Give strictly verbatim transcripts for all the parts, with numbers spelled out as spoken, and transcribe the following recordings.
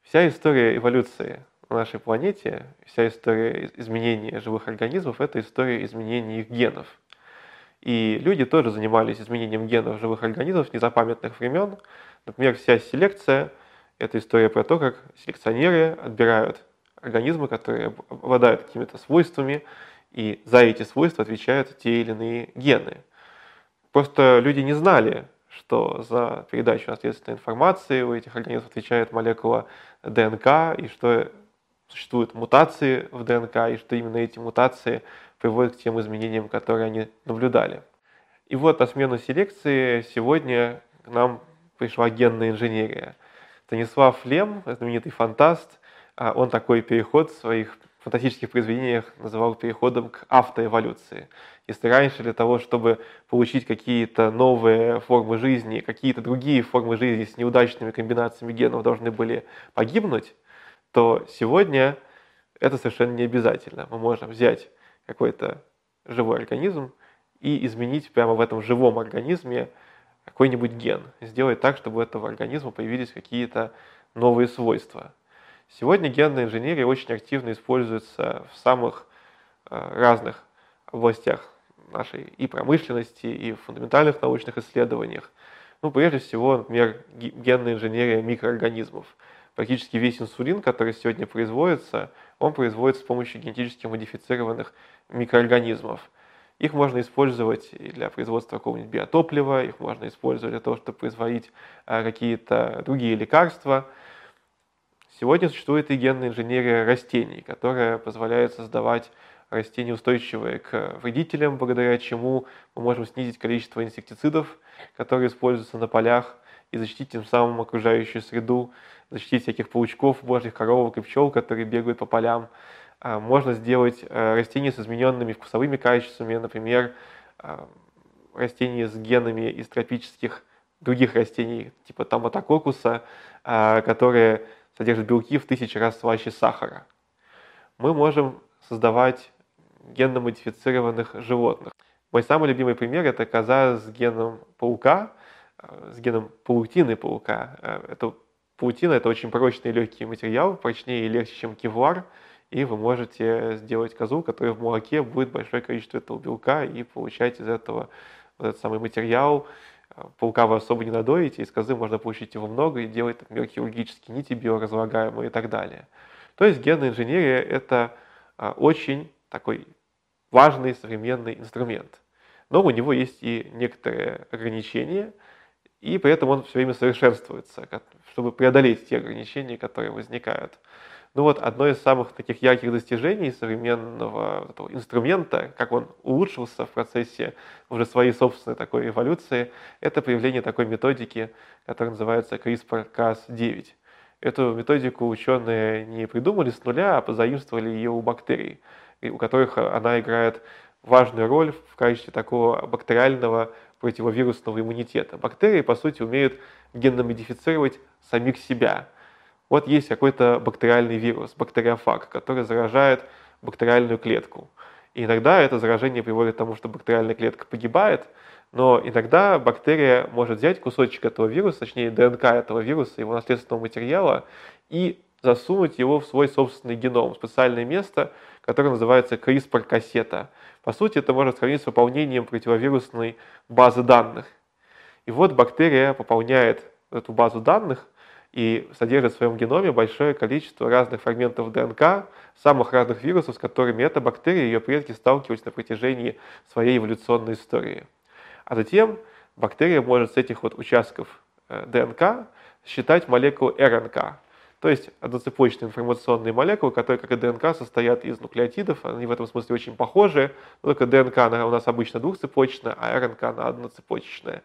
Вся история эволюции на нашей планете, вся история изменения живых организмов — это история изменения их генов. И люди тоже занимались изменением генов живых организмов с незапамятных времен. Например, вся селекция — это история про то, как селекционеры отбирают организмы, которые обладают какими-то свойствами, и за эти свойства отвечают те или иные гены. Просто люди не знали, что за передачу наследственной информации у этих организмов отвечает молекула ДНК, и что существуют мутации в ДНК, и что именно эти мутации приводят к тем изменениям, которые они наблюдали. И вот на смену селекции сегодня к нам пришла генная инженерия. Станислав Лем, знаменитый фантаст, он такой переход в своих фантастических произведениях называл переходом к автоэволюции. Если раньше для того, чтобы получить какие-то новые формы жизни, какие-то другие формы жизни с неудачными комбинациями генов должны были погибнуть, то сегодня это совершенно не обязательно. Мы можем взять какой-то живой организм и изменить прямо в этом живом организме какой-нибудь ген, сделать так, чтобы у этого организма появились какие-то новые свойства. Сегодня генная инженерия очень активно используется в самых разных областях нашей и промышленности, и в фундаментальных научных исследованиях. Ну, прежде всего, например, генная инженерия микроорганизмов. Практически весь инсулин, который сегодня производится, он производится с помощью генетически модифицированных микроорганизмов. Их можно использовать и для производства какого-нибудь биотоплива, их можно использовать для того, чтобы производить какие-то другие лекарства. Сегодня существует и генная инженерия растений, которая позволяет создавать растения, устойчивые к вредителям, благодаря чему мы можем снизить количество инсектицидов, которые используются на полях, и защитить тем самым окружающую среду, защитить всяких паучков, божьих коровок и пчел, которые бегают по полям. Можно сделать растения с измененными вкусовыми качествами, например, растения с генами из тропических других растений, типа томатококуса, которые содержат белки в тысячи раз слаще сахара. Мы можем создавать генно-модифицированных животных. Мой самый любимый пример — это коза с геном паука, с геном паутины паука. Это паутина — это очень прочный и легкий материал, прочнее и легче, чем кевлар, и вы можете сделать козу, которая в молоке будет большое количество этого белка, и получать из этого вот этот самый материал. Паука вы особо не надоите, из козы можно получить его много и делать, например, хирургические нити биоразлагаемые и так далее. То есть генная инженерия — это очень такой важный современный инструмент. Но у него есть и некоторые ограничения, и при этом он все время совершенствуется, чтобы преодолеть те ограничения, которые возникают. Ну вот одно из самых таких ярких достижений современного этого инструмента, как он улучшился в процессе уже своей собственной такой эволюции, это появление такой методики, которая называется криспр кас девять. Эту методику ученые не придумали с нуля, а позаимствовали ее у бактерий, у которых она играет важную роль в качестве такого бактериального противовирусного иммунитета. Бактерии, по сути, умеют генно-модифицировать самих себя. Вот есть какой-то бактериальный вирус, бактериофаг, который заражает бактериальную клетку. И иногда это заражение приводит к тому, что бактериальная клетка погибает, но иногда бактерия может взять кусочек этого вируса, точнее ДНК этого вируса, его наследственного материала, и засунуть его в свой собственный геном, в специальное место, которое называется криспр-кассета. По сути, это можно сравнить с выполнением противовирусной базы данных. И вот бактерия пополняет эту базу данных и содержит в своем геноме большое количество разных фрагментов ДНК, самых разных вирусов, с которыми эта бактерия и ее предки сталкивались на протяжении своей эволюционной истории. А затем бактерия может с этих вот участков ДНК считать молекулы РНК, то есть одноцепочные информационные молекулы, которые, как и ДНК, состоят из нуклеотидов. Они в этом смысле очень похожи, но только ДНК она у нас обычно двухцепочечная, а РНК она одноцепочечная.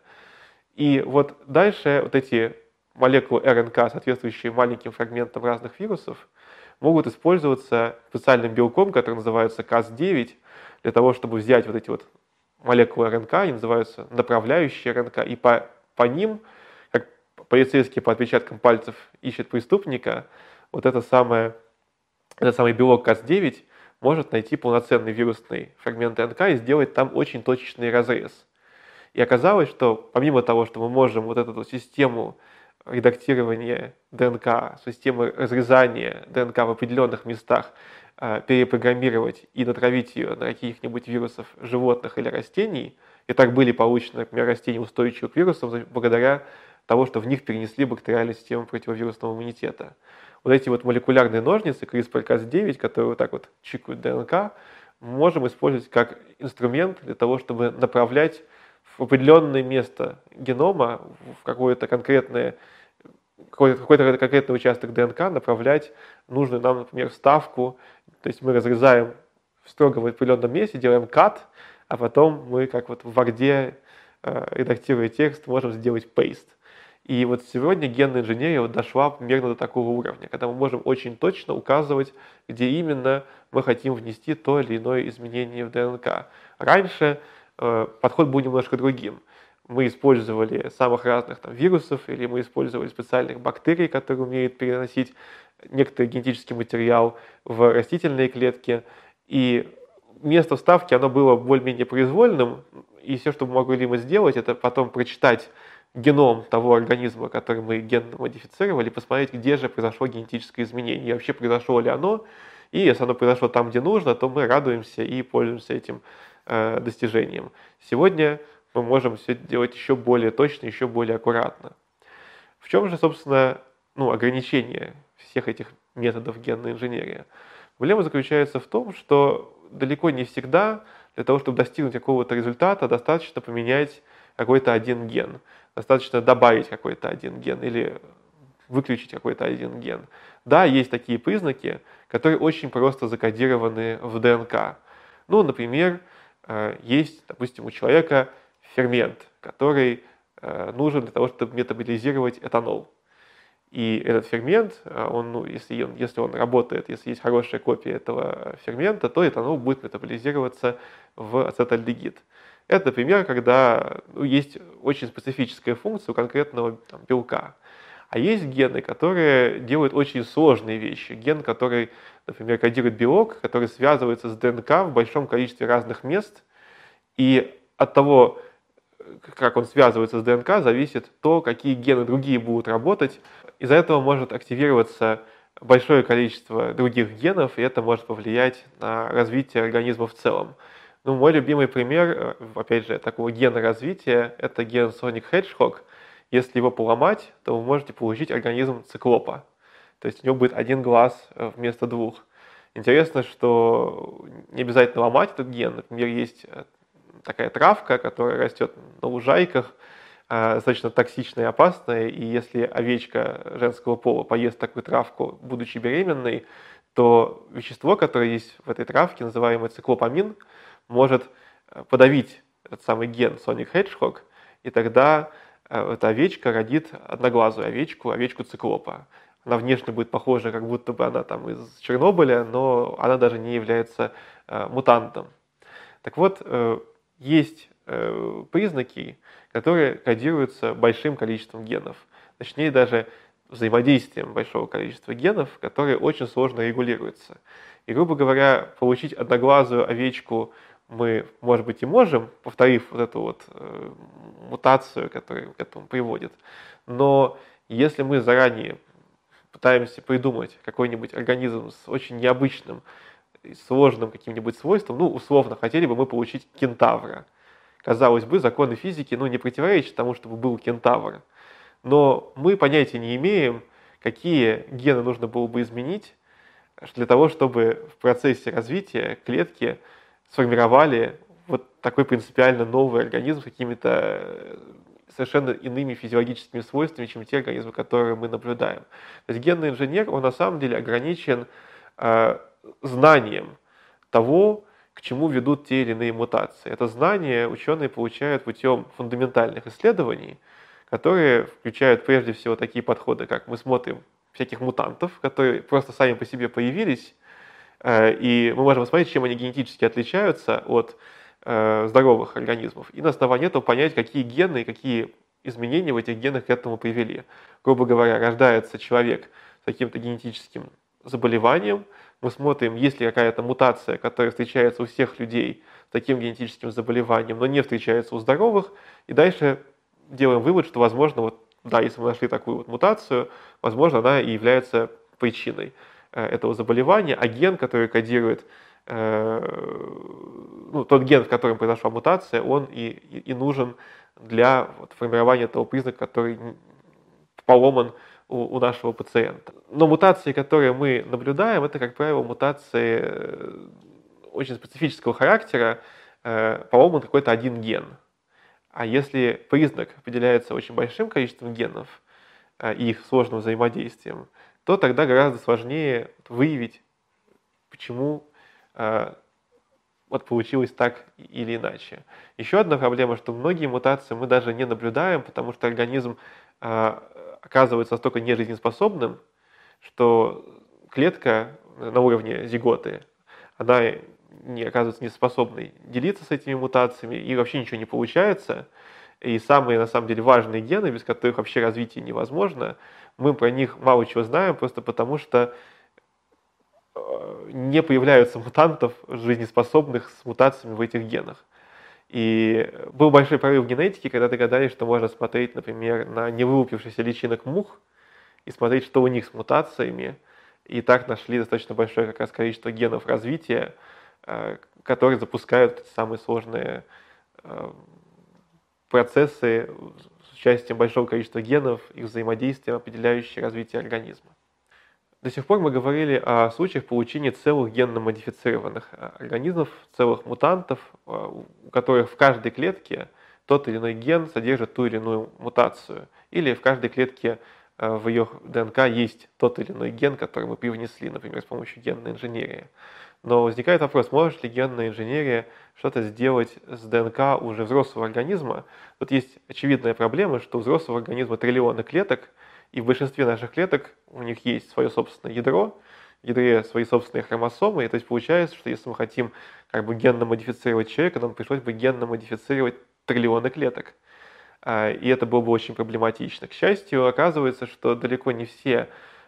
И вот дальше вот эти молекулы РНК, соответствующие маленьким фрагментам разных вирусов, могут использоваться специальным белком, который называется кас девять, для того, чтобы взять вот эти вот молекулы РНК, они называются направляющие РНК, и по, по ним, как полицейские по отпечаткам пальцев ищут преступника, вот это самое, этот самый белок кас девять может найти полноценный вирусный фрагмент ДНК и сделать там очень точечный разрез. И оказалось, что помимо того, что мы можем вот эту вот систему редактирования ДНК, системы разрезания ДНК в определенных местах перепрограммировать и натравить ее на каких-нибудь вирусов животных или растений, и так были получены, например, растения устойчивые к вирусам благодаря того, что в них перенесли бактериальную систему противовирусного иммунитета. Вот эти вот молекулярные ножницы криспр Cas девять, которые вот так вот чикают ДНК, мы можем использовать как инструмент для того, чтобы направлять в определенное место генома, в какое-то конкретное, какой-то, какой-то конкретный участок ДНК направлять нужную нам, например, вставку. То есть мы разрезаем в строго в определенном месте, делаем cut, а потом мы, как вот в Word, редактируя текст, можем сделать paste. И вот сегодня генная инженерия вот дошла примерно до такого уровня, когда мы можем очень точно указывать, где именно мы хотим внести то или иное изменение в ДНК. Раньше э, подход был немножко другим. Мы использовали самых разных там, вирусов, или мы использовали специальных бактерий, которые умеют переносить некоторый генетический материал в растительные клетки. И место вставки оно было более-менее произвольным, и все, что мы могли мы сделать, это потом прочитать геном того организма, который мы генно модифицировали, посмотреть, где же произошло генетическое изменение, и вообще произошло ли оно, и если оно произошло там, где нужно, то мы радуемся и пользуемся этим э, достижением. Сегодня мы можем все делать еще более точно, еще более аккуратно. В чем же, собственно, ну, ограничение всех этих методов генной инженерии? Проблема заключается в том, что далеко не всегда для того, чтобы достигнуть какого-то результата, достаточно поменять какой-то один ген. Достаточно добавить какой-то один ген или выключить какой-то один ген. Да, есть такие признаки, которые очень просто закодированы в ДНК. Ну, например, есть, допустим, у человека фермент, который нужен для того, чтобы метаболизировать этанол. И этот фермент, он, ну, если, он, если он работает, если есть хорошая копия этого фермента, то этанол будет метаболизироваться в ацетальдегид. Это, например, когда ну, есть очень специфическая функция у конкретного там, белка. А есть гены, которые делают очень сложные вещи. Ген, который, например, кодирует белок, который связывается с ДНК в большом количестве разных мест. И от того, как он связывается с ДНК, зависит то, какие гены другие будут работать. Из-за этого может активироваться большое количество других генов, и это может повлиять на развитие организма в целом. Ну, мой любимый пример, опять же, такого гена развития, это ген Sonic Hedgehog. Если его поломать, то вы можете получить организм циклопа. То есть у него будет один глаз вместо двух. Интересно, что не обязательно ломать этот ген. Например, есть такая травка, которая растет на лужайках, достаточно токсичная и опасная, и если овечка женского пола поест такую травку, будучи беременной, то вещество, которое есть в этой травке, называемое циклопамин, может подавить этот самый ген Sonic Hedgehog, и тогда эта овечка родит одноглазую овечку, овечку циклопа. Она внешне будет похожа, как будто бы она там из Чернобыля, но она даже не является э, мутантом. Так вот, э, есть э, признаки, которые кодируются большим количеством генов. Точнее, даже взаимодействием большого количества генов, которые очень сложно регулируются. И, грубо говоря, получить одноглазую овечку мы, может быть, и можем, повторив вот эту вот э, мутацию, которая к этому приводит. Но если мы заранее пытаемся придумать какой-нибудь организм с очень необычным, сложным каким-нибудь свойством, ну, условно, хотели бы мы получить кентавра. Казалось бы, законы физики, ну, не противоречат тому, чтобы был кентавр. Но мы понятия не имеем, какие гены нужно было бы изменить для того, чтобы в процессе развития клетки сформировали вот такой принципиально новый организм с какими-то совершенно иными физиологическими свойствами, чем те организмы, которые мы наблюдаем. То есть генный инженер, он на самом деле ограничен э, знанием того, к чему ведут те или иные мутации. Это знание ученые получают путем фундаментальных исследований, которые включают прежде всего такие подходы, как мы смотрим всяких мутантов, которые просто сами по себе появились, и мы можем посмотреть, чем они генетически отличаются от э, здоровых организмов, и на основании этого понять, какие гены и какие изменения в этих генах к этому привели. Грубо говоря, рождается человек с каким-то генетическим заболеванием, мы смотрим, есть ли какая-то мутация, которая встречается у всех людей с таким генетическим заболеванием, но не встречается у здоровых, и дальше делаем вывод, что, возможно, вот да, если мы нашли такую вот мутацию, возможно, она и является причиной этого заболевания, а ген, который кодирует, ну, тот ген, в котором произошла мутация, он и, и, и нужен для вот формирования того признака, который поломан у, у нашего пациента. Но мутации, которые мы наблюдаем, это, как правило, мутации очень специфического характера, поломан какой-то один ген. А если признак определяется очень большим количеством генов и их сложным взаимодействием, то тогда гораздо сложнее выявить, почему вот получилось так или иначе. Еще одна проблема, что многие мутации мы даже не наблюдаем, потому что организм оказывается настолько нежизнеспособным, что клетка на уровне зиготы, она не оказывается неспособной делиться с этими мутациями, и вообще ничего не получается. И самые, на самом деле, важные гены, без которых вообще развитие невозможно, мы про них мало чего знаем, просто потому что не появляются мутантов, жизнеспособных с мутациями в этих генах. И был большой прорыв в генетике, когда догадались, что можно смотреть, например, на невылупившихся личинок мух и смотреть, что у них с мутациями. И так нашли достаточно большое как раз количество генов развития, которые запускают эти самые сложные процессы с участием большого количества генов, их взаимодействия, определяющие развитие организма. До сих пор мы говорили о случаях получения целых генно-модифицированных организмов, целых мутантов, у которых в каждой клетке тот или иной ген содержит ту или иную мутацию, или в каждой клетке в ее ДНК есть тот или иной ген, который мы привнесли, например, с помощью генной инженерии. Но возникает вопрос, может ли генная инженерия что-то сделать с ДНК уже взрослого организма? Тут есть очевидная проблема, что у взрослого организма триллионы клеток, и в большинстве наших клеток у них есть свое собственное ядро, в ядре свои собственные хромосомы, и то есть получается, что если мы хотим как бы генно модифицировать человека, нам пришлось бы генно модифицировать триллионы клеток. И это было бы очень проблематично. К счастью, оказывается, что далеко не все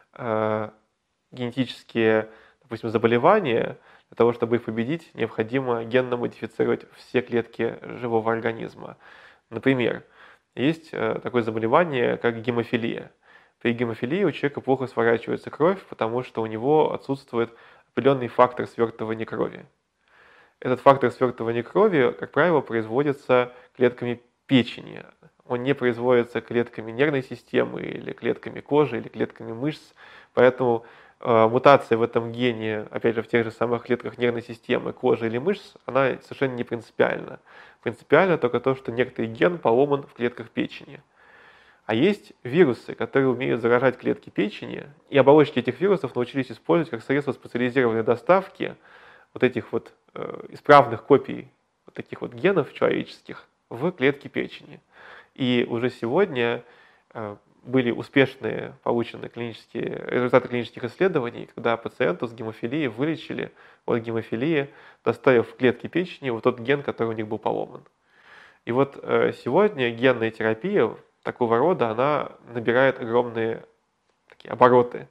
генетические, допустим, заболевания, для того, чтобы их победить, необходимо генно модифицировать все клетки живого организма. Например, есть такое заболевание, как гемофилия. При гемофилии у человека плохо сворачивается кровь, потому что у него отсутствует определенный фактор свертывания крови. Этот фактор свертывания крови, как правило, производится клетками печени. Он не производится клетками нервной системы, или клетками кожи, или клетками мышц. Поэтому э, мутация в этом гене, опять же, в тех же самых клетках нервной системы, кожи или мышц, она совершенно не принципиальна. Принципиально только то, что некоторый ген поломан в клетках печени. А есть вирусы, которые умеют заражать клетки печени, и оболочки этих вирусов научились использовать как средство специализированной доставки вот этих вот э, исправных копий вот таких вот генов человеческих в клетки печени. И уже сегодня э, были успешные получены клинические, результаты клинических исследований, когда пациенту с гемофилией вылечили от гемофилии, доставив в клетки печени вот тот ген, который у них был поломан. И вот э, сегодня генная терапия такого рода, она набирает огромные такие обороты.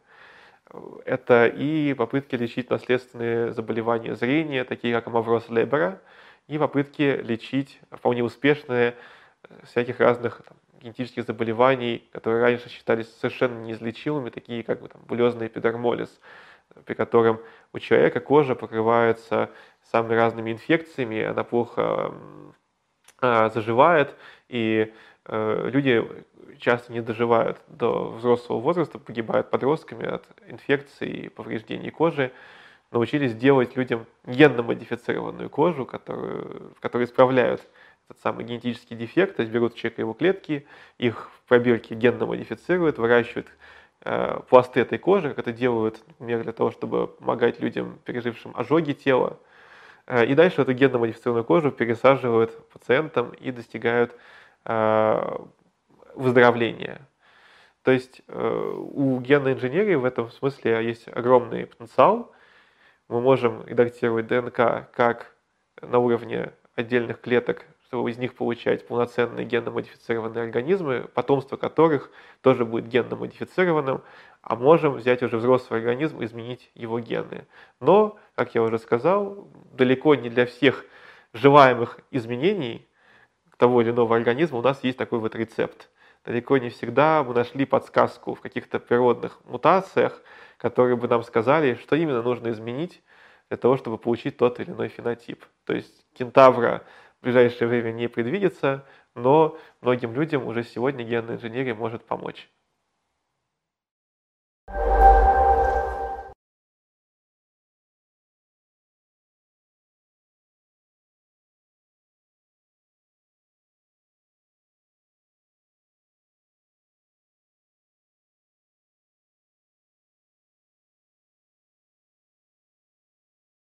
Это и попытки лечить наследственные заболевания зрения, такие как амавроз Лебера, и попытки лечить вполне успешные всяких разных там, генетических заболеваний, которые раньше считались совершенно неизлечимыми, такие как там, булезный эпидермолиз, при котором у человека кожа покрывается самыми разными инфекциями, она плохо э, заживает, и э, люди часто не доживают до взрослого возраста, погибают подростками от инфекций и повреждений кожи. Научились делать людям генно-модифицированную кожу, которую, в которой исправляют этот самый генетический дефект, то есть берут у человека его клетки, их в пробирке генно-модифицируют, выращивают э, пласты этой кожи, как это делают, например, для того, чтобы помогать людям, пережившим ожоги тела. Э, и дальше эту генно-модифицированную кожу пересаживают пациентам и достигают э, выздоровления. То есть э, у генной инженерии в этом смысле есть огромный потенциал. Мы можем редактировать ДНК как на уровне отдельных клеток, чтобы из них получать полноценные генно-модифицированные организмы, потомство которых тоже будет генно-модифицированным, а можем взять уже взрослый организм и изменить его гены. Но, как я уже сказал, далеко не для всех желаемых изменений того или иного организма у нас есть такой вот рецепт. далеко не всегда мы нашли подсказку в каких-то природных мутациях, которые бы нам сказали, что именно нужно изменить для того, чтобы получить тот или иной фенотип. То есть кентавра в ближайшее время не предвидится, но многим людям уже сегодня генная инженерия может помочь.